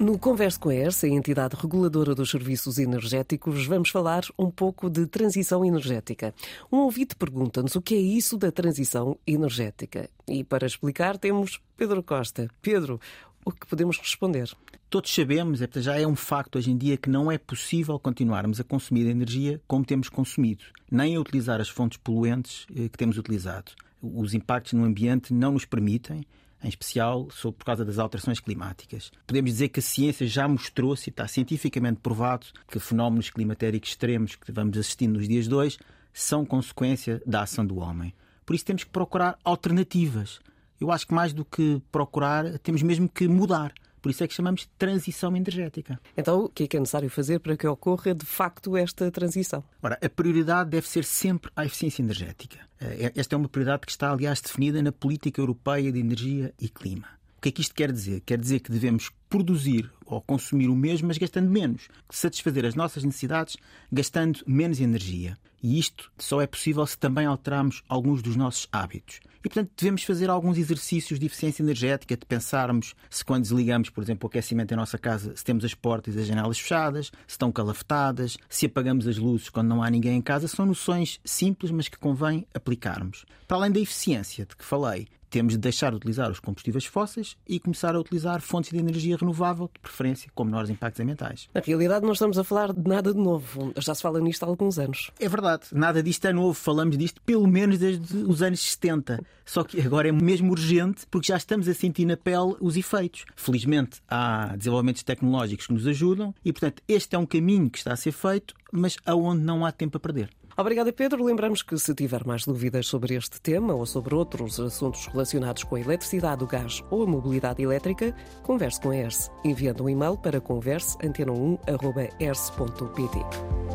No Converse com a ERSE, a entidade reguladora dos serviços energéticos, vamos falar um pouco de transição energética. Um ouvinte pergunta-nos o que é isso da transição energética. E para explicar temos Pedro Costa. Pedro, o que podemos responder? Todos sabemos, já é um facto hoje em dia, que não é possível continuarmos a consumir energia como temos consumido, nem a utilizar as fontes poluentes que temos utilizado. Os impactos no ambiente não nos permitem, em especial por causa das alterações climáticas. Podemos dizer que a ciência já mostrou-se e está cientificamente provado que fenómenos climatéricos extremos que vamos assistindo nos dias de hoje são consequência da ação do homem. Por isso temos que procurar alternativas. Eu acho que mais do que procurar, temos mesmo que mudar. Por isso é que chamamos de transição energética. Então, o que é necessário fazer para que ocorra, de facto, esta transição? Ora, a prioridade deve ser sempre a eficiência energética. Esta é uma prioridade que está, aliás, definida na Política Europeia de Energia e Clima. O que é que isto quer dizer? Quer dizer que devemos produzir ou consumir o mesmo, mas gastando menos. Satisfazer as nossas necessidades gastando menos energia. E isto só é possível se também alterarmos alguns dos nossos hábitos. E, portanto, devemos fazer alguns exercícios de eficiência energética, de pensarmos se quando desligamos, por exemplo, o aquecimento em nossa casa, se temos as portas e as janelas fechadas, se estão calafetadas, se apagamos as luzes quando não há ninguém em casa. São noções simples, mas que convém aplicarmos. Para além da eficiência de que falei, temos de deixar de utilizar os combustíveis fósseis e começar a utilizar fontes de energia renovável, de preferência com menores impactos ambientais. Na realidade, não estamos a falar de nada de novo. Já se fala nisto há alguns anos. É verdade, nada disto é novo. Falamos disto pelo menos desde os anos 70. Só que agora é mesmo urgente porque já estamos a sentir na pele os efeitos. Felizmente há desenvolvimentos tecnológicos que nos ajudam e, portanto, este é um caminho que está a ser feito, mas aonde não há tempo a perder. Obrigada, Pedro. Lembramos que se tiver mais dúvidas sobre este tema ou sobre outros assuntos relacionados com a eletricidade, o gás ou a mobilidade elétrica, converse com a ERSE, enviando um e-mail para converse@antena1.erse.pt.